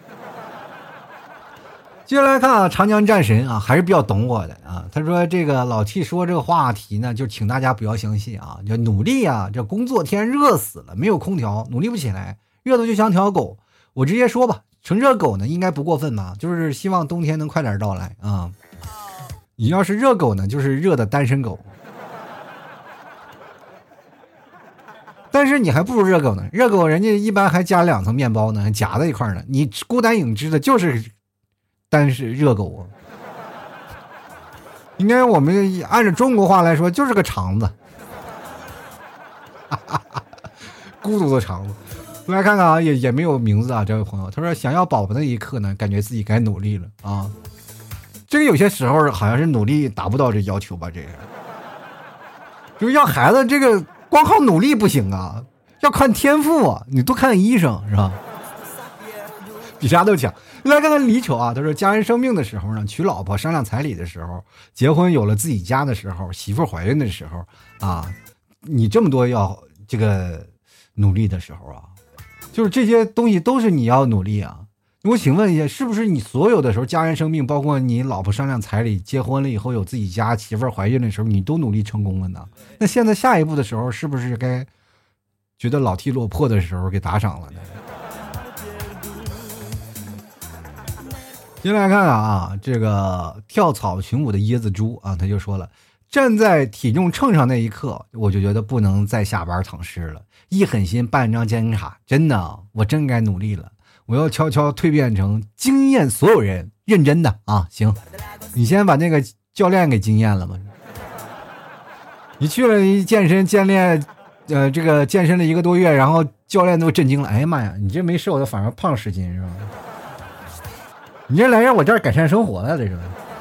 接下来看啊，长江战神啊，还是比较懂我的啊。他说这个老 T 说这个话题呢，就请大家不要相信啊，就努力啊，这工作天热死了，没有空调，努力不起来，热的就像条狗。我直接说吧，成热狗呢，应该不过分吧？就是希望冬天能快点到来啊。你要是热狗呢，就是热的单身狗。但是你还不如热狗呢，热狗人家一般还加2层面包呢，夹在一块呢，你孤单影只的就是单是热狗啊。应该我们按照中国话来说，就是个肠子。孤独的肠子。来看看啊，也没有名字啊，这位朋友，他说想要宝宝的一刻呢，感觉自己该努力了啊。这个有些时候好像是努力达不到这要求吧，这个就是要孩子这个光靠努力不行啊，要看天赋啊，你多看医生是吧？比啥都强。来看看李丑啊，他说家人生病的时候呢，娶老婆商量彩礼的时候，结婚有了自己家的时候，媳妇怀孕的时候啊，你这么多要这个努力的时候啊，就是这些东西都是你要努力啊。我请问一下，是不是你所有的时候家人生病，包括你老婆商量彩礼，结婚了以后有自己家，媳妇怀孕的时候，你都努力成功了呢？那现在下一步的时候，是不是该觉得老 T 落魄的时候给打赏了呢？先来看啊，这个跳草群舞的椰子猪啊，他就说了，站在体重秤上那一刻，我就觉得不能再下班躺尸了，一狠心办张监卡，真的，我真该努力了，我要悄悄蜕变成惊艳所有人，认真的啊！行，你先把那个教练给惊艳了吗？你去了健身教练，这个健身了1个多月，然后教练都震惊了，哎呀妈呀，你这没瘦的反而胖10斤是吧？你这来让我这儿改善生活了，这是。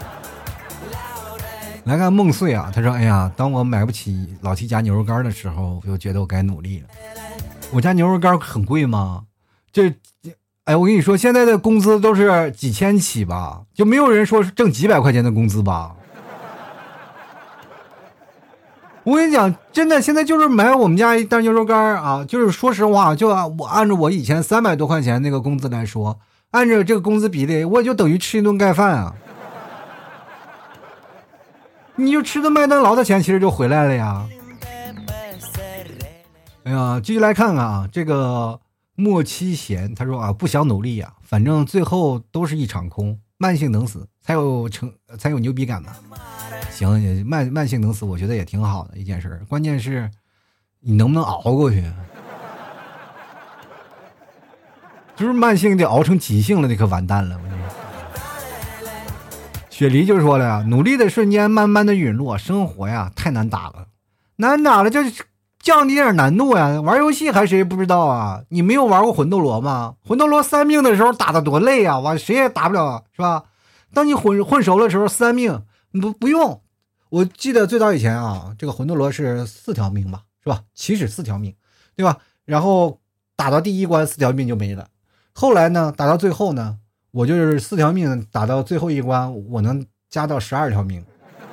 来看梦碎啊，他说：“哎呀，当我买不起老 T 家牛肉干的时候，我就觉得我该努力了。我家牛肉干很贵吗？哎，我跟你说，现在的工资都是几千起吧，就没有人说是挣几百块钱的工资吧。我跟你讲，真的，现在就是买我们家一袋牛肉干啊，就是说实话，就我按照我以前300多块钱那个工资来说。”按照这个工资比例，我就等于吃一顿盖饭啊！你就吃顿麦当劳的钱，其实就回来了呀。哎呀，继续来看看啊，这个莫七贤他说啊，不想努力呀，反正最后都是一场空，慢性等死才有牛逼感嘛。行，慢性等死，我觉得也挺好的一件事，关键是你能不能熬过去。就是慢性的熬成急性了，那可完蛋了。雪梨就说了呀，努力的瞬间慢慢的陨落，生活呀太难打了，难打了就降低点难度呀。玩游戏还谁不知道啊？你没有玩过魂斗罗吗？魂斗罗3命的时候打的多累啊，哇，谁也打不了是吧？当你混熟的时候3命，你不用。我记得最早以前啊，这个魂斗罗是4条命吧，是吧？起始4条命，对吧？然后打到第1关4条命就没了。后来呢，打到最后呢，我就是4条命打到最后一关，我能加到12条命。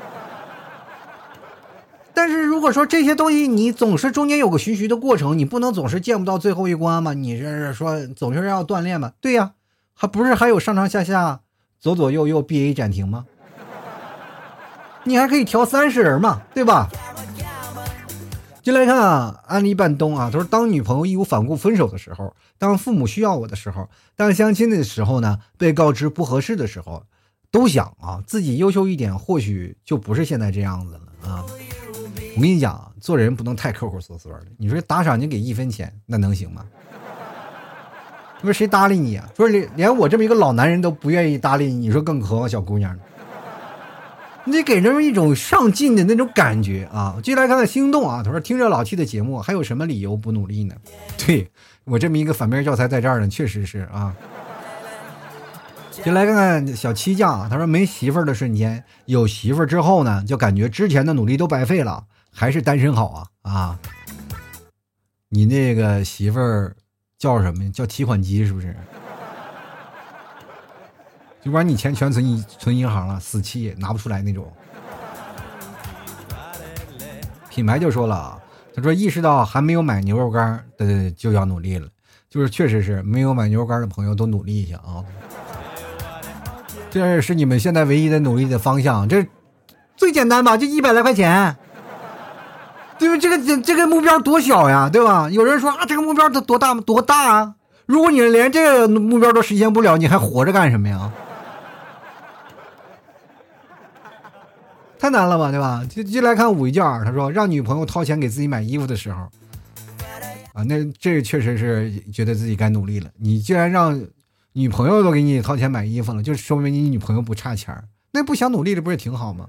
但是如果说这些东西你总是中间有个循序的过程，你不能总是见不到最后一关吗？你是说总是要锻炼吗？对呀，还不是还有上上下下、左左右右、BA 暂停吗？你还可以调30人嘛，对吧？进来看啊，安利半冬啊，他说当女朋友义无反顾分手的时候，当父母需要我的时候，当相亲的时候呢，被告知不合适的时候，都想啊自己优秀一点，或许就不是现在这样子了啊。我跟你讲啊，做人不能太抠抠搜搜的。你说打赏你给1分钱，那能行吗？说谁搭理你啊？说连我这么一个老男人都不愿意搭理你，你说更何况小姑娘呢？你得给人一种上进的那种感觉啊！接下来看看心动啊，他说听着老 T 的节目，还有什么理由不努力呢？对我这么一个反面教材在这儿呢，确实是啊。就来看看小七酱啊，他说没媳妇儿的瞬间，有媳妇儿之后呢，就感觉之前的努力都白费了，还是单身好啊啊！你那个媳妇儿叫什么？叫提款机是不是？ 就把你钱全存银行了，死期也拿不出来那种。品牌就说了，他说意识到还没有买牛肉干的就要努力了，就是确实是没有买牛肉干的朋友都努力一下啊，这是你们现在唯一的努力的方向，这最简单吧，就100来块钱，对吧？这个目标多小呀，对吧？有人说啊，这个目标多大啊？如果你连这个目标都实现不了，你还活着干什么呀？太难了吧，对吧？就来看五一件，他说让女朋友掏钱给自己买衣服的时候，啊，那这确实是觉得自己该努力了。你既然让女朋友都给你掏钱买衣服了，就说明你女朋友不差钱，那不想努力的不是挺好吗？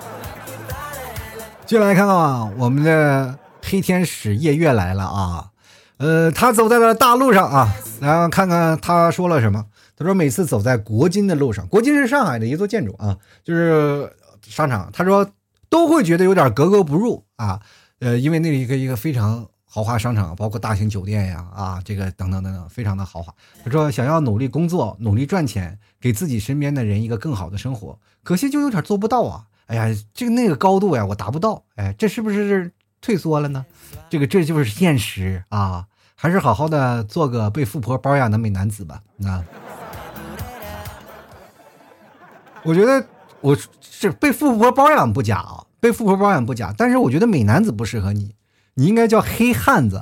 接下来看看啊，我们的黑天使夜月来了啊，他走在了大路上啊，来看看他说了什么。他说每次走在国金的路上，国金是上海的一座建筑啊，就是商场，他说都会觉得有点格格不入啊，因为那是一个非常豪华商场，包括大型酒店呀啊，这个等等等等，非常的豪华。他说想要努力工作，努力赚钱，给自己身边的人一个更好的生活，可惜就有点做不到啊。哎呀，那个高度呀，我达不到。哎，这是不是退缩了呢？这就是现实啊，还是好好的做个被富婆包养的美男子吧。啊，我觉得我是被富婆包养不假啊，被富婆包养不假，但是我觉得美男子不适合你，你应该叫黑汉子，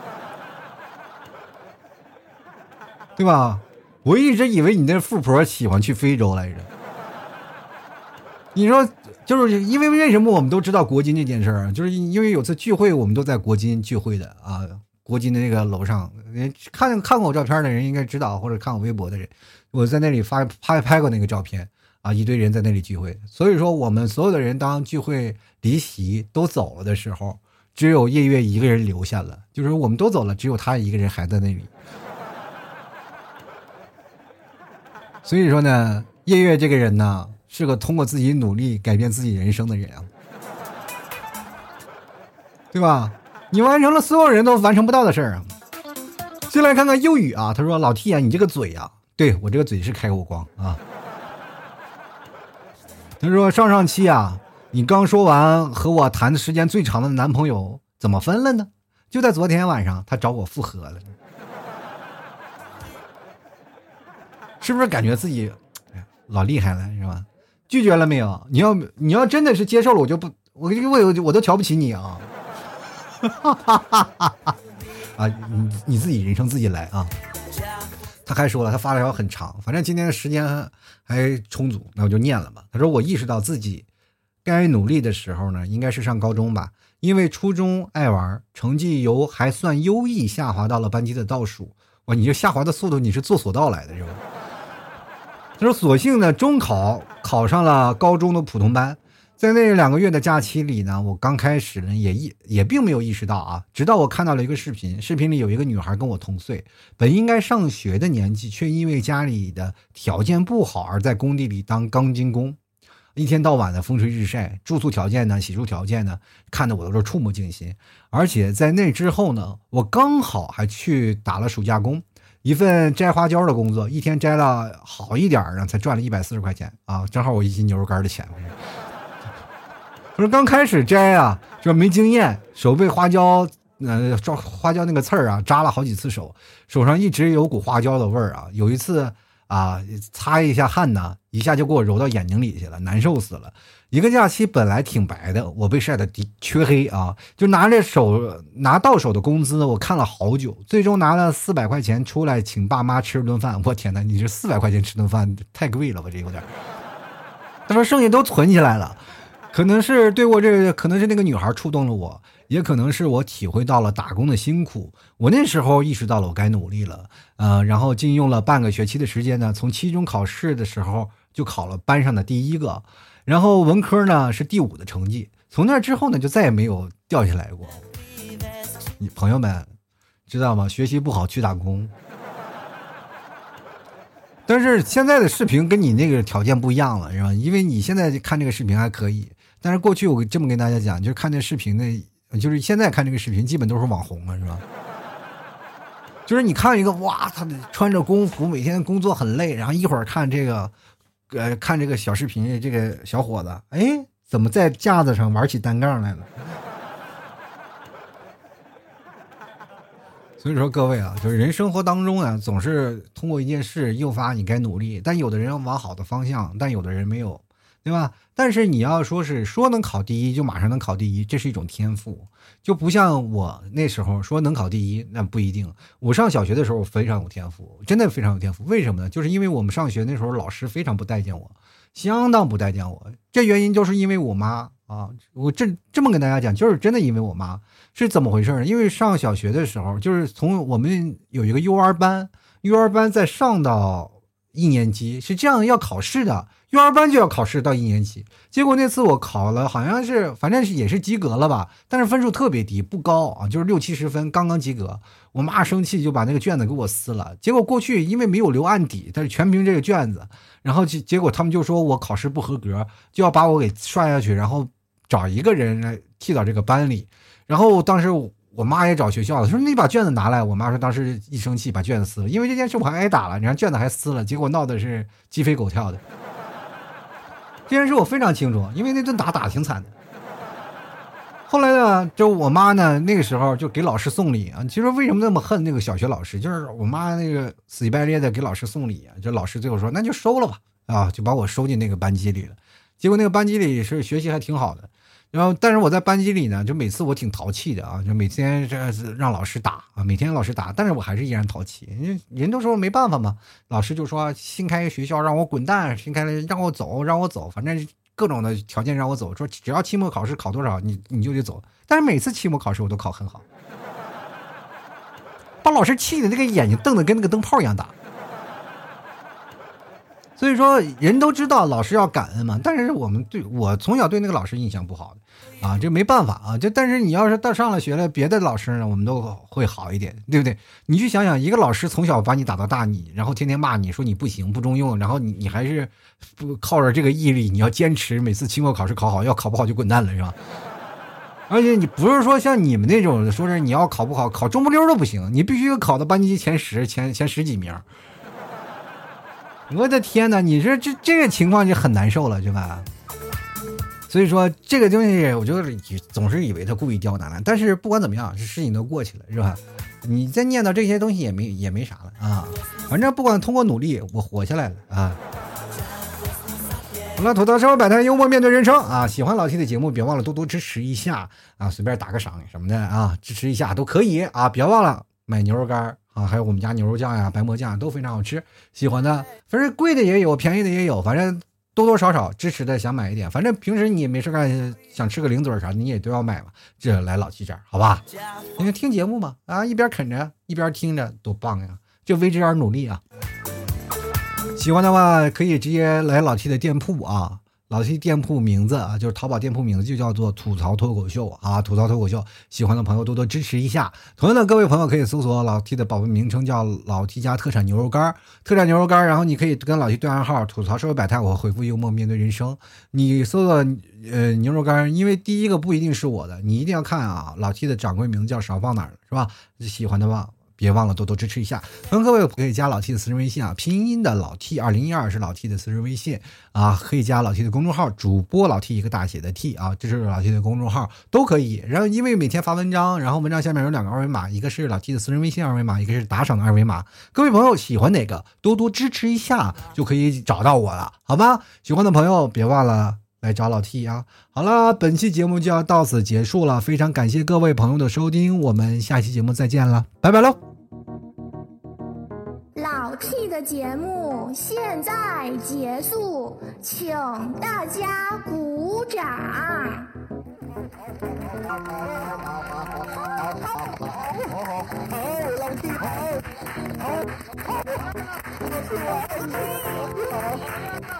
对吧？我一直以为你那富婆喜欢去非洲来着。你说，就是因为什么我们都知道国金这件事儿，就是因为有次聚会我们都在国金聚会的啊，国金的那个楼上，看过我照片的人应该知道，或者看我微博的人，我在那里拍过那个照片啊，一堆人在那里聚会。所以说我们所有的人当聚会离席都走了的时候，只有夜月一个人留下了，就是我们都走了，只有他一个人还在那里。所以说呢，夜月这个人呢，是个通过自己努力改变自己人生的人啊，对吧？你完成了所有人都完成不到的事儿啊。先来看看忧语啊，他说老 T 啊，你这个嘴啊，对，我这个嘴是开过光啊。他说上期啊，你刚说完和我谈的时间最长的男朋友怎么分了呢？就在昨天晚上他找我复合了。是不是感觉自己老厉害了是吧？拒绝了没有？你要真的是接受了，我就不，我都瞧不起你啊！啊，你自己人生自己来啊！他还说了，他发了条很长，反正今天的时间还充足，那我就念了吧。他说我意识到自己该努力的时候呢，应该是上高中吧，因为初中爱玩，成绩由还算优异下滑到了班级的倒数。哇，你这下滑的速度你是坐索道来的是吧？他说所幸呢，中考考上了高中的普通班，在那2个月的假期里呢，我刚开始呢也并没有意识到啊，直到我看到了一个视频，视频里有一个女孩跟我同岁，本应该上学的年纪，却因为家里的条件不好而在工地里当钢筋工，一天到晚的风吹日晒，住宿条件呢，洗漱条件呢，看得我都是触目惊心。而且在那之后呢，我刚好还去打了暑假工，一份摘花椒的工作，一天摘了好一点呢，才赚了140块钱啊，正好我1斤牛肉干的钱。我说刚开始摘啊，就没经验，手被花椒花椒那个刺儿啊扎了好几次手上一直有股花椒的味儿啊。有一次啊，擦一下汗呢，一下就给我揉到眼睛里去了，难受死了。一个假期本来挺白的，我被晒得黢黑啊，就拿到手的工资，我看了好久，最终拿了400块钱出来请爸妈吃顿饭。我天哪，你这400块钱吃顿饭太贵了吧，这有点。他说剩下都存起来了，可能是可能是那个女孩触动了我，也可能是我体会到了打工的辛苦。我那时候意识到了我该努力了，然后禁用了半个学期的时间呢，从期中考试的时候就考了班上的第1个，然后文科呢是第5的成绩。从那之后呢，就再也没有掉下来过。你朋友们知道吗？学习不好去打工。但是现在的视频跟你那个条件不一样了，是吧？因为你现在看这个视频还可以，但是过去我这么跟大家讲，就是看这视频的，就是现在看这个视频基本都是网红了，是吧？ 就是你看一个哇，他穿着工服，每天工作很累，然后一会儿看这个，看这个小视频，这个小伙子，哎，怎么在架子上玩起单杠来了？所以说各位啊，就是人生活当中啊，总是通过一件事诱发你该努力，但有的人往好的方向，但有的人没有，对吧？但是你要说是说能考第一就马上能考第一，这是一种天赋，就不像我那时候说能考第一，那不一定。我上小学的时候非常有天赋，真的非常有天赋。为什么呢？就是因为我们上学那时候老师非常不待见我，相当不待见我。这原因就是因为我妈啊，我这么跟大家讲，就是真的因为我妈。是怎么回事呢？因为上小学的时候，就是从我们有一个幼儿班，幼儿班再上到1年级是这样要考试的，幼儿班就要考试到1年级。结果那次我考了，好像是反正也是及格了吧，但是分数特别低，不高啊，就是60-70分，刚刚及格。我妈生气就把那个卷子给我撕了。结果过去因为没有留案底，但是全凭这个卷子，然后结果他们就说我考试不合格，就要把我给刷下去，然后找一个人来替到这个班里。然后当时我妈也找学校了，说你把卷子拿来。我妈说当时一生气把卷子撕了，因为这件事我还挨打了，然后卷子还撕了，结果闹的是鸡飞狗跳的。这件事我非常清楚，因为那顿打得挺惨的。后来呢，就我妈呢那个时候就给老师送礼啊。其实为什么那么恨那个小学老师，就是我妈那个死乞白赖的给老师送礼啊。就老师最后说那就收了吧，啊，就把我收进那个班级里了。结果那个班级里是学习还挺好的。然后，但是我在班级里呢，就每次我挺淘气的啊，就每天这让老师打啊，每天老师打，但是我还是依然淘气。人都说没办法嘛，老师就说新开个学校让我滚蛋，新开了让我走，反正各种的条件让我走，说只要期末考试考多少，你就得走。但是每次期末考试我都考很好，把老师气的那个眼睛瞪得跟那个灯泡一样大。所以说人都知道老师要感恩嘛，但是我从小对那个老师印象不好的啊，这没办法啊，但是你要是到上了学了，别的老师呢我们都会好一点，对不对？你去想想，一个老师从小把你打到大，然后天天骂你说你不行不中用，然后你还是不靠着这个毅力，你要坚持每次期末考试考好，要考不好就滚蛋了，是吧？而且你不是说像你们那种说是你要考不好考中不溜都不行，你必须考到班级前10几名。我的天哪，你说这个情况就很难受了，是吧？所以说这个东西，我就总是以为他故意刁难了，但是不管怎么样，这事情都过去了，是吧？你再念叨这些东西也没啥了啊。反正不管通过努力，我活下来了啊。好了，吐槽社会百态，幽默面对人生啊！喜欢老 T 的节目，别忘了多多支持一下啊！随便打个赏什么的啊，支持一下都可以啊！别忘了买牛肉干啊，还有我们家牛肉酱呀、白馍酱都非常好吃，喜欢的反正贵的也有，便宜的也有，反正多多少少支持的想买一点，反正平时你没事干想吃个零嘴啥你也都要买嘛，这来老 T 这儿好吧？因为听节目嘛啊，一边啃着一边听着多棒呀，就为这样努力啊！喜欢的话可以直接来老 T 的店铺啊。老 T 店铺名字啊，就是淘宝店铺名字就叫做吐槽脱口秀啊，吐槽脱口秀，喜欢的朋友多多支持一下。同样的，各位朋友可以搜索老 T 的宝贝名称叫老 T 家特产牛肉干，然后你可以跟老 T 对暗号吐槽社会百态，我回复幽默面对人生。你搜索牛肉干，因为第一个不一定是我的，你一定要看啊，老 T 的掌柜名字叫少放哪儿是吧？喜欢的话别忘了多多支持一下，各位可以加老 T 的私人微信啊，拼音的老 T 2012是老 T 的私人微信啊，可以加老 T 的公众号主播老 T 一个大写的 T 啊，这是老 T 的公众号都可以。然后因为每天发文章，然后文章下面有2个二维码，一个是老 T 的私人微信二维码，一个是打赏的二维码。各位朋友喜欢哪个多多支持一下就可以找到我了，好吧？喜欢的朋友别忘了来找老 T 啊！好了，本期节目就要到此结束了，非常感谢各位朋友的收听，我们下期节目再见了，拜拜喽！ 老 T 的节目现在结束，请大家鼓掌。好，老 T 好。